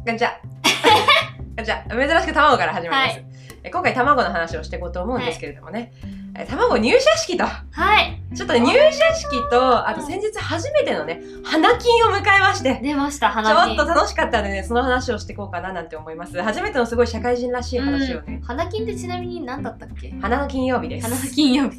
じゃあ珍しく卵から始まります。今回卵の話をしていこうと思うんですけれどもね。卵入社式と。 はい。 ちょっと入社式と、あと先日初めてのね、花金を迎えまして。 出ました、花金。 ちょっと楽しかったのでね、その話をしていこうかななんて思います。初めてのすごい社会人らしい話をね。 花金ってちなみに何だったっけ？ 花の金曜日です。 花の金曜日。 そう。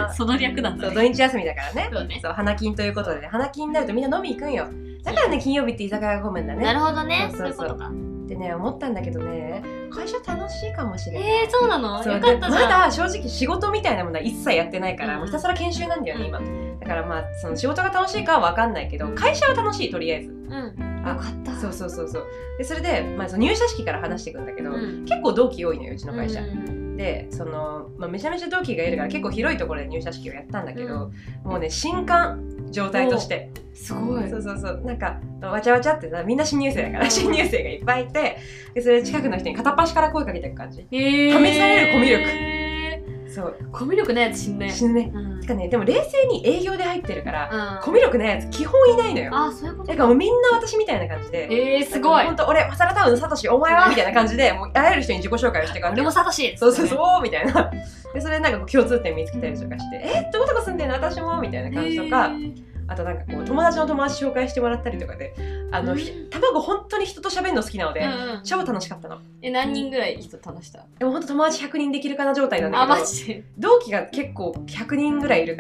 その略なんだね。 そう、土日休みだからね。 そうね。 そう、花金ということでね、花金になるとみんな飲み行くんよ。だからね、金曜日って居酒屋が混むんだね。 なるほどね。 そういうことか。でね、思ったんだけどね、会社楽しいかもしれない。 そうなの？よかったじゃん。 まだ正直仕事みたいなものは一切やってないから、もうひたすら研修なんだよね、今。だからまあ、その仕事が楽しいかは分かんないけど、会社は楽しい、とりあえず。 よかった。 そう。で、それで、まあ、その入社式から話していくんだけど、結構同期多いのよ、うちの会社。で、その、まあ、めちゃめちゃ同期がいるから結構広いところで入社式をやったんだけど、もうね、新歓状態として。 すごい。 そう。なんか、わちゃわちゃってさ、みんな新入生だから、新入生がいっぱいいて、で、それ近くの人に片っ端から声かけていく感じ。試されるコミュ力。そう。 コミュ力ないやつ死ぬね。 死ぬね。てかね、でも冷静に営業で入ってるから、コミュ力ないやつ基本いないのよ。 あ、そういうこと。 だからもうみんな私みたいな感じで。 すごい。 ほんと、俺、マサラタウンのサトシ、お前はみたいな感じで、もう、あらゆる人に自己紹介をしてから。 俺もサトシ。 そうみたいな。で、それなんか共通点見つけたりとかして、どこどこ住んでんの私もみたいな感じとか、あとなんかこう、友達の友達紹介してもらったりとかで、卵本当に人と喋るの好きなので、超楽しかったの。 何人ぐらい人と話した？ でも本当友達100人できるかな状態なんだけど、 マジで？ 同期が結構100人ぐらいいるから、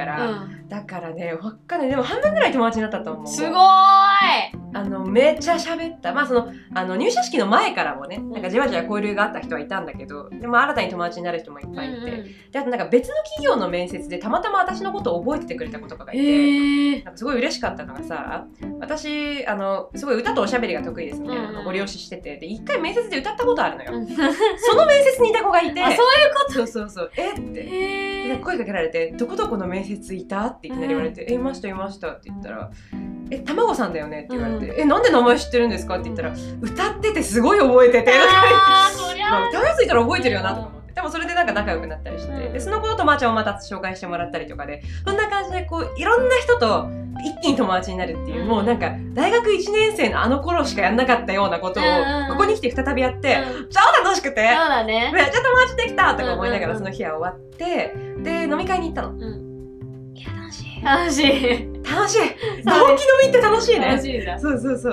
だからね、わかんない。でも半分ぐらい友達になったと思う。 すごーい！ めっちゃ喋った。まあその、入社式の前からもね、なんかじわじわ交流があった人はいたんだけど、でも新たに友達になる人もいっぱいいて、で、あとなんか別の企業の面接でたまたま私のことを覚えててくれた子とかがいて、なんかすごい嬉しかったのがさ、私、すごい歌とおしゃべりが得意ですみたいなのをご了承してて、で、一回面接で歌ったことあるのよ。その面接にいた子がいて、 そういうこと？ そう。って。で、声かけられて、どこどこの面接いたっていきなり言われて、いましたって言ったら、卵さんだよねって言われて、なんで名前知ってるんですかって言ったら、歌っててすごい覚えてて、 そりゃ歌いやすいから覚えてるよなとか思って。でもそれでなんか仲良くなったりして、でその子の友達もまた紹介してもらったりとかで、そんな感じでこういろんな人と一気に友達になるっていう、もうなんか大学1年生のあの頃しかやんなかったようなことをここに来て再びやって、超楽しくて、めっちゃ友達できたとか思いながらその日は終わって、で飲み会に行ったの。いや楽しい。同期飲みって楽しいね。 楽しいんだ。 そう。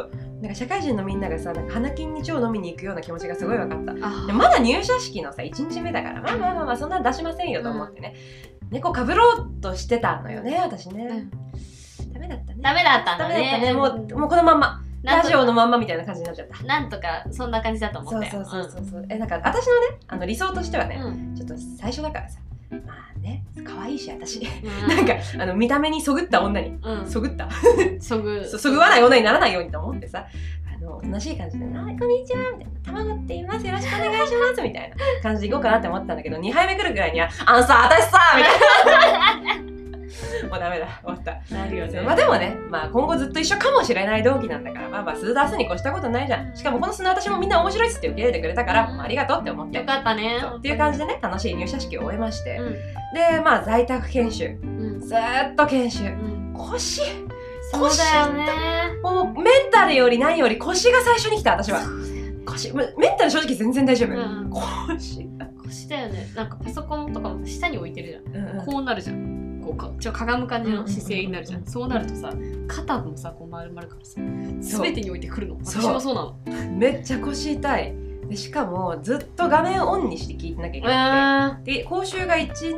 なんか社会人のみんながさ、なんか花金に超飲みに行くような気持ちがすごい分かった。でまだ入社式のさ、1日目だから、まあそんな出しませんよと思ってね。猫かぶろうとしてたのよね、私ね。ダメだったね。 ダメだったね。 もうこのまんま。ラジオのまんまみたいな感じになっちゃった。 なんとかそんな感じだと思ったよ。 そう。なんか私のね、理想としてはね、ちょっと最初だからさ、まあね、可愛いし私、なんか見た目にそぐった女に、そぐわない女にならないようにと思ってさ、おとなしい感じで「こんにちは」みたいな「卵って言います、よろしくお願いします」みたいな感じでいこうかなって思ったんだけど、2杯目来るぐらいには「私さ」みたいなもうダメだ、終わった。 なるよね。 まあでもね、まあ今後ずっと一緒かもしれない同期なんだから、まあ素出すに越したことないじゃん。しかもこの素の私もみんな面白いっつって受け入れてくれたから、ありがとうって思って。 よかったね。 っていう感じでね、楽しい入社式を終えまして、で、まあ在宅研修。ずーっと研修。腰だよね。 もうメンタルより何より腰が最初に来た、私は。メンタル正直全然大丈夫。 腰だよね。なんかパソコンとかも下に置いてるじゃん。こうなるじゃん。こうちょっとかがむ感じの姿勢になるじゃん。そうなるとさ、肩もさ、こう丸々からさ、全てに置いてくるの。私もそうなの。めっちゃ腰痛い。でしかもずっと画面オンにして聞いてなきゃいけなくて、で講習が1日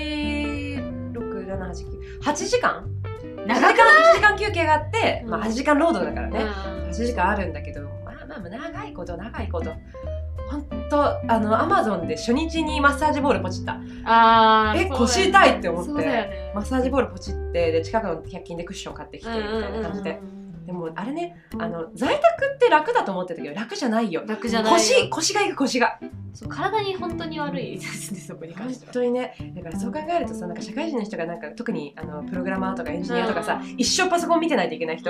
6、7、8、9、8時間1時間休憩があって、まあ8時間労働だからね、8時間あるんだけど、まあ長いことほんとアマゾンで初日にマッサージボールポチった。腰痛いって思って、マッサージボールポチって、で近くの100均でクッション買ってきてみたいな感じで。でもあれね、在宅って楽だと思ってたけど楽じゃないよ。 楽じゃないよ。 腰がいく、腰が。 そう、体に本当に悪いですね、そこに関しては。 本当にね。だからそう考えるとさ、なんか社会人の人がなんか特にプログラマーとかエンジニアとかさ、一生パソコン見てないといけない人、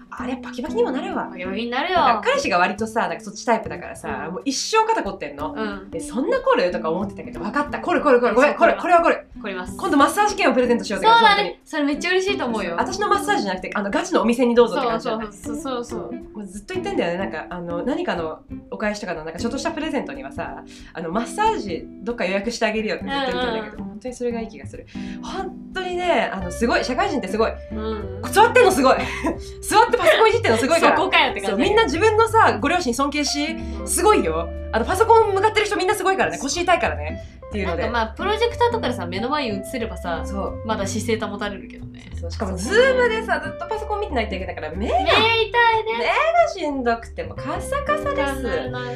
あれバキバキにもなるわ。 バキバキになるよ。 彼氏が割とさ、なんかそっちタイプだからさ、もう一生肩凝ってんの。で、そんな凝るとか思ってたけど、分かった。凝る。ごめん、これは凝る。 凝ります。 今度マッサージ券をプレゼントしようぜ。 そうだね。それめっちゃ嬉しいと思うよ。 私のマッサージじゃなくて、ガチのお店にどうぞって感じじゃない。 そう。 もうずっと言ってんだよね。なんか、何かのお返しとかの、なんかちょっとしたプレゼントにはさ、マッサージどっか予約してあげるよってずっと言ってんだけど、本当にそれがいい気がする。本当にね、すごい、社会人ってすごい。座ってんのすごい。座ってパソコンいじってんのすごいから。 そこかよって感じ。 みんな自分のさ、ご両親尊敬し、すごいよ。パソコン向かってる人みんなすごいからね。腰痛いからね。っていうので。 なんかまあ、プロジェクターとかでさ、目の前に映せればさ、まだ姿勢保たれるけどね。 しかも、ズームでさ、ずっとパソコン見てないといけないから、目が痛いね。 目がしんどくてもカサカサです。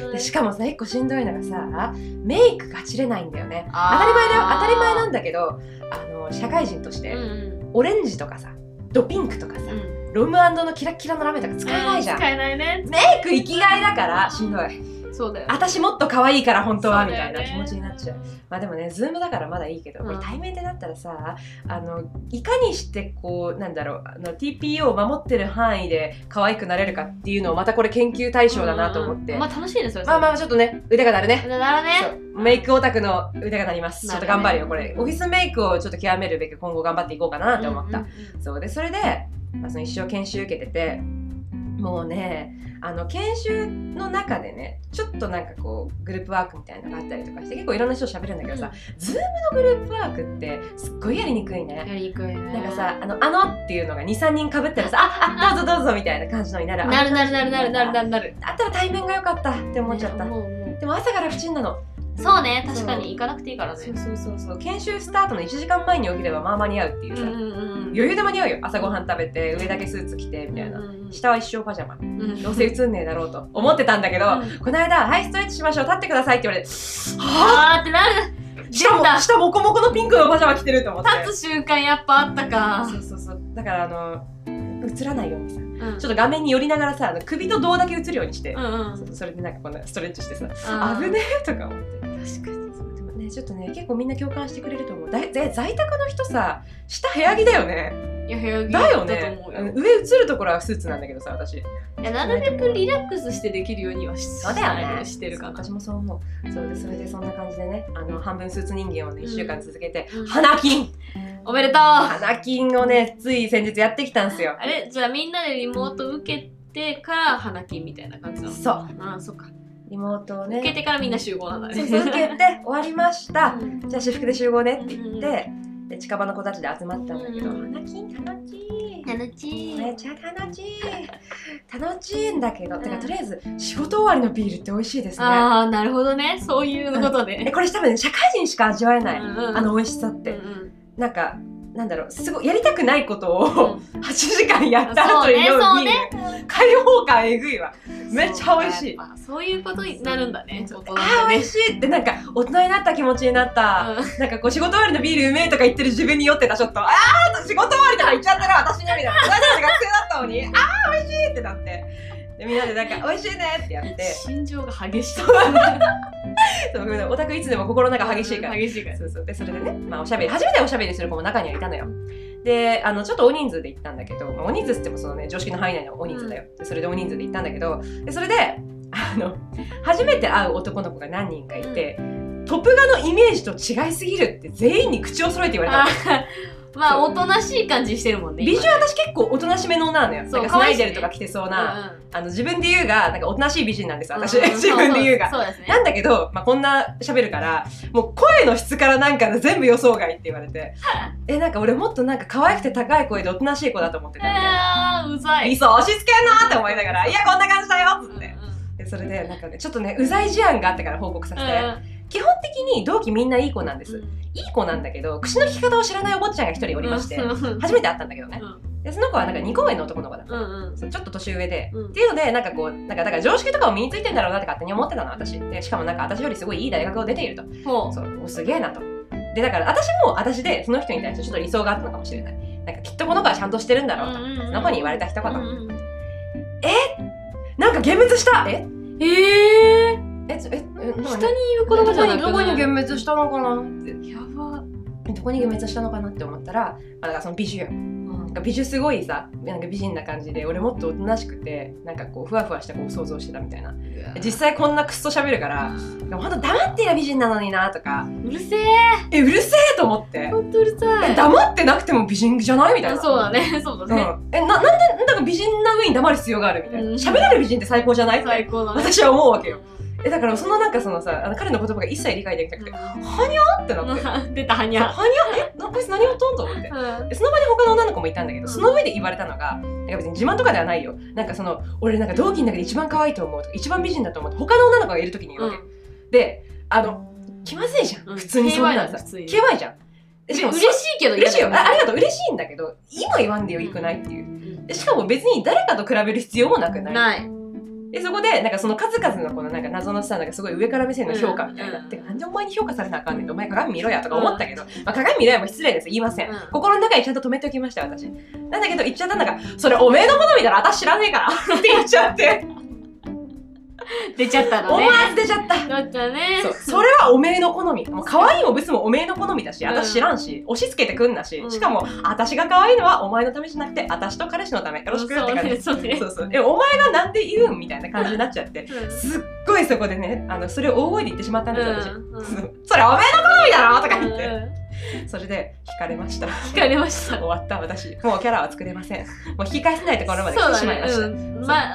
でしかもさ、一個しんどいのがさ、メイクがちれないんだよね。当たり前だよ。当たり前なんだけど、社会人として、オレンジとかさ、ドピンクとかさ、ロム&のキラッキラのラメとか使えないじゃん。 使えないね。 メイク生きがいだからしんどい。 そうだよ。 私もっと可愛いから本当はみたいな気持ちになっちゃう。まあでもね、ズームだからまだいいけど、これ対面でなったらさ、いかにしてこう、なんだろう、TPO を守ってる範囲で可愛くなれるかっていうのをまたこれ研究対象だなと思って。 まあ楽しいですよ。 まあちょっとね、腕が鳴るね。 腕鳴るね。 メイクオタクの腕が鳴ります。ちょっと頑張るよ、これ。オフィスメイクをちょっと極めるべく今後頑張っていこうかなって思った。そうで、それで、その一生研修受けてて、もうね、研修の中でね、ちょっとなんかこうグループワークみたいなのがあったりとかして結構いろんな人と喋るんだけどさ、ズームのグループワークってすっごいやりにくいね。 やりにくいね。 なんかさ、っていうのが 2,3 人かぶったらさ、どうぞどうぞみたいな感じのになる。 なる。 あったら対面が良かったって思っちゃった。でも朝から不審なの。 そうね、確かに行かなくていいからね。 そう。研修スタートの1時間前に起きればまあ間に合うっていうさ、余裕で間に合うよ。朝ごはん食べて上だけスーツ着てみたいな、下は一生パジャマ、どうせ映んねえだろうと思ってたんだけど、この間はいストレッチしましょう、立ってくださいって言われて、 はぁってなる。 下モコモコのピンクのパジャマ着てると思って、 立つ瞬間やっぱあったか。 そうだから映らないようにさ、ちょっと画面に寄りながらさ、首と胴だけ映るようにして、それでなんかこんなストレッチしてさ、危ねえとか思って。確かに。でもね、ちょっとね、結構みんな共感してくれると思う。在宅の人さ、下部屋着だよね。 いや、部屋着だよね。上映るところはスーツなんだけどさ、私。いや、なるべくリラックスしてできるようにはしてるかな。 私もそう思う。それでそんな感じでね、半分スーツ人間をね、1週間続けて、花金おめでとう。 花金をね、つい先日やってきたんすよ。 あれ、じゃあみんなでリモート受けてから花金みたいな感じなの？ そう。 ああ、そっか。 リモートをね。 受けてからみんな集合なんだね。 そう、受けて終わりました。じゃあ私服で集合ねって言って、で近場の子たちで集まったんだけど、花金楽しい。めちゃ楽しい。楽しいんだけど、てかとりあえず仕事終わりのビールって美味しいですね。 ああ、なるほどね。そういうことで。 これ多分ね、社会人しか味わえない、美味しさって。なんか、なんだろう、すごいやりたくないことを8時間やった後に飲むビール、開放感えぐいわ。めっちゃ美味しい。 そういうことになるんだね。 美味しいってなんか大人になった気持ちになった。なんかこう仕事終わりのビールうめえとか言ってる自分に酔ってた。ちょっと仕事終わりとか言っちゃったら私ねみたいな。私たち学生だったのに美味しいってなって。でみんなでなんか美味しいねってやって。 心情が激しい。 そうオタクいつでも心の中激しいから。激しいから。そうでそれでね、まあおしゃべり初めておしゃべりする子も中にはいたのよ。でちょっと大人数で行ったんだけど、大人数っつってもそのね常識の範囲内の大人数だよ。でそれで大人数で行ったんだけど、でそれで初めて会う男の子が何人かいて、トップガのイメージと違いすぎるって全員に口を揃えて言われたの。 まあおとなしい感じしてるもんね。 美女私結構おとなしめの女なのよ。なんかスナイデルとか着てそうな、自分で言うがなんかおとなしい美人なんです私。自分で言うが。なんだけど、まあこんな喋るからもう声の質からなんか全部予想外って言われて、なんか俺もっとなんか可愛くて高い声でおとなしい子だと思ってたみたいな。 うざい。 理想押し付けんなって思いながら、いやこんな感じだよっつって。でそれでなんかねちょっとねうざい事案があってから報告させて。基本的に同期みんないい子なんです。いい子なんだけど、口の利き方を知らないお坊ちゃんが一人おりまして、初めて会ったんだけどね。でその子はなんか2個上の男の子だった。ちょっと年上で。っていうので、なんかこう、なんかだから常識とかを身についてんだろうなって勝手に思ってたの、私。で、しかもなんか私よりすごいいい大学を出ていると。そう、すげえなと。で、だから私も私でその人に対してちょっと理想があったのかもしれない。なんかきっとこの子はちゃんとしてるんだろうと。その子に言われた一言。なんか幻滅した。人に言う言葉じゃなくてどこに幻滅したのかなって。やば。どこに幻滅したのかなって思ったら、だからその美女よ。 美女すごいさ、なんか美人な感じで、俺もっとおとなしくてなんかこうふわふわした子を想像してたみたいな。実際こんなクソ喋るから、ほんと黙ってりゃ美人なのになとか、 うるせえうるせえと思って、 ほんとうるさい。 黙ってなくても美人じゃないみたいな。 そうだね、そうだね。 なんでなんか美人な上に黙る必要があるみたいな。喋れる美人って最高じゃないって最高だね。 私は思うわけよ。だからそのなんかそのさ、彼の言葉が一切理解できなくて、はにゃってなって。 出たはにゃ。 はにゃこいつ何をとんと思って。その場に他の女の子もいたんだけど、その上で言われたのが、なんか別に自慢とかではないよ。なんかその、俺なんか同期の中で一番可愛いと思うとか、一番美人だと思うと他の女の子がいるときに言うわけ。で、気まずいじゃん。普通にそんなんさ。KY じゃん。 嬉しいけど、 嬉しいよ。ありがとう、嬉しいんだけど、今言わんでよいくないっていう。しかも別に誰かと比べる必要もなくない。 ない。 でそこでなんかその数々のこのなんか謎のさ、なんかすごい上から目線の評価みたいな、てかなんでお前に評価されなあかんねんって、お前鏡見ろやとか思ったけど、まあ、鏡見ろやも失礼です、言いません、心の中にちゃんと止めておきました私。なんだけど言っちゃったのが、それおめえの好みだろ、私知らねえからって言っちゃって出ちゃったのね。 思わず出ちゃった。 だったね。 それはおめえの好み。もう可愛いもブスもおめえの好みだし、私知らんし、押し付けてくんなし、しかも私が可愛いのはお前のためじゃなくて、私と彼氏のため。よろしくって感じ。そうそう。お前がなんで言うんみたいな感じになっちゃって、すっごいそこでね、それを大声で言ってしまったんです私。それおめえの好みだろとか言って。それで惹かれました。 惹かれました。 終わった私。もうキャラは作れません。もう引き返せないところまで来てしまいました。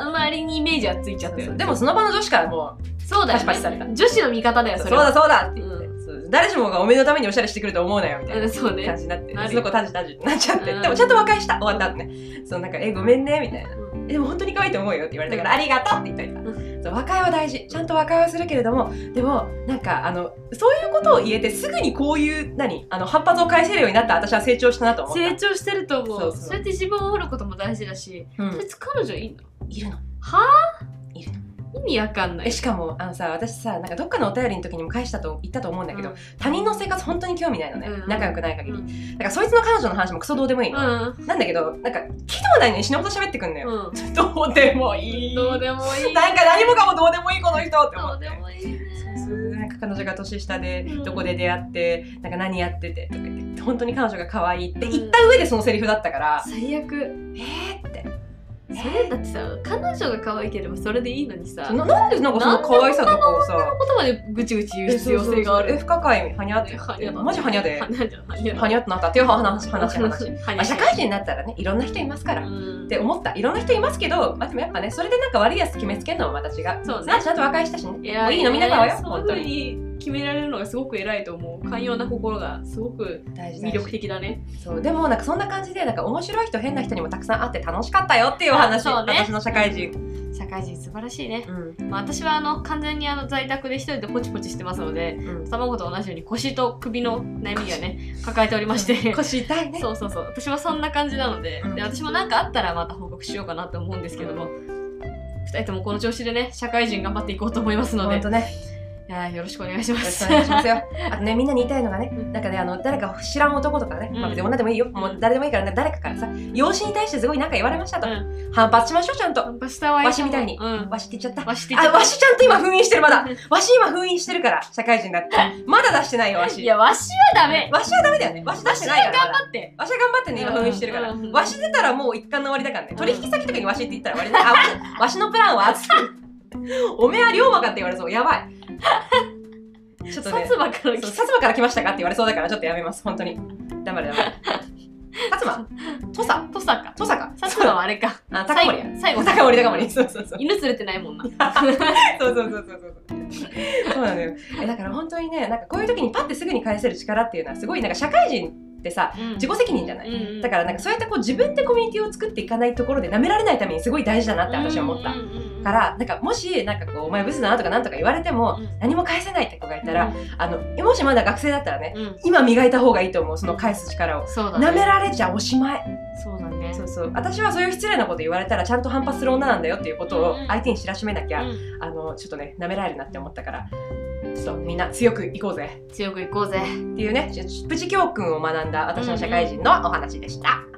周りにイメージはついちゃってる。 でもその場の女子からもうそうだよ、 パシパシされた。 女子の味方だよ、それ。 そうだそうだって言って。誰しもがおめえのためにおしゃれしてくると思うなよみたいな感じになって、その子タジタジってなっちゃって、でもちゃんと和解した、終わった後ね。そうなんかごめんねみたいな。でも本当に可愛いと思うよって言われたから、ありがとうって言ったり。和解は大事、ちゃんと和解はするけれども、でもなんかそういうことを言えてすぐにこういう反発を返せるようになった私は成長したなと思った。 成長してると思う。そうやって自分を掘ることも大事だし、彼女いるの？ いるの。 はぁ？いるの。意味わかんない。 しかも私さ、なんかどっかのお便りの時にも返したと言ったと思うんだけど、他人の生活本当に興味ないのね、仲良くない限り。だからそいつの彼女の話もクソどうでもいいの、なんだけど、なんか聞いてもないのに死ぬほど喋ってくんのよ、どうでもいい、 どうでもいい、 なんか何もかもどうでもいいこの人って思って。 どうでもいいね。 なんか彼女が年下でどこで出会ってなんか何やっててとか言って、本当に彼女が可愛いって言った上でそのセリフだったから、 最悪。ってそれだってさ、彼女が可愛ければそれでいいのにさ、 なんでなんかその可愛さとかをさ、 言葉でぐちぐち言う必要性がある。 不可解はにゃってマジはにゃではにゃってなったっていう話社会人になったらね、いろんな人いますからって思った。いろんな人いますけど、でもやっぱね、それでなんか悪いやつ決めつけるのは私がそうね、ちゃんと和解したしね、もういい飲みながらよ、本当に決められるのがすごく偉いと思う。寛容な心がすごく魅力的だね。 そうでもなんかそんな感じで、なんか面白い人変な人にもたくさん会って楽しかったよっていうお話。私の社会人素晴らしいね。私は完全に在宅で一人でポチポチしてますので、卵と同じように腰と首の悩みがね抱えておりまして、 腰痛いね。 そう私はそんな感じなので、私もなんかあったらまた報告しようかなと思うんですけども、2人ともこの調子でね社会人頑張っていこうと思いますので、 本当ね、 よろしくお願いします。 よろしくお願いしますよ。あとね、みんなに言いたいのがね、なんかね、誰か知らん男とかね、まあ別に女でもいいよ、もう誰でもいいからね、誰かからさ、養子に対してすごいなんか言われましたと。反発しましょう、ちゃんと。 反発したわ。 わしみたいに。わしって言っちゃった。 わしちゃんと今封印してる、まだ。わし今封印してるから、社会人だって。まだ出してないよ、わし。 いや、わしはダメ。 わしはダメだよね。わし出してないから。 頑張って。 わしは頑張ってね、今封印してるから。わし出たらもう一貫の終わりだからね。取引先とかにわしって言ったら終わりね。わしのプランはおめえは龍馬かって言われそう。やばい。ちょっとね、薩摩から来ましたかって言われそうだからちょっとやめます、本当に。黙れ。薩摩？土佐か。 薩摩はあれか。 高森や。高森。そう。 犬連れてないもんな。 そう。そうなのよ。だから本当にね、なんかこういう時にパッてすぐに返せる力っていうのはすごい、なんか社会人ってさ、自己責任じゃない。だからなんかそうやってこう自分でコミュニティを作っていかないところで舐められないためにすごい大事だなって私は思った。から、なんかもしなんかこうお前ブスだなとかなんとか言われても何も返せないって子がいたら、もしまだ学生だったらね、今磨いた方がいいと思う、その返す力を。舐められちゃおしまい。 そうだね。 そう私はそういう失礼なこと言われたらちゃんと反発する女なんだよっていうことを相手に知らしめなきゃ、ちょっとね舐められるなって思ったから、ちょっとみんな強くいこうぜっていうね、プチ教訓を学んだ私の社会人のお話でした。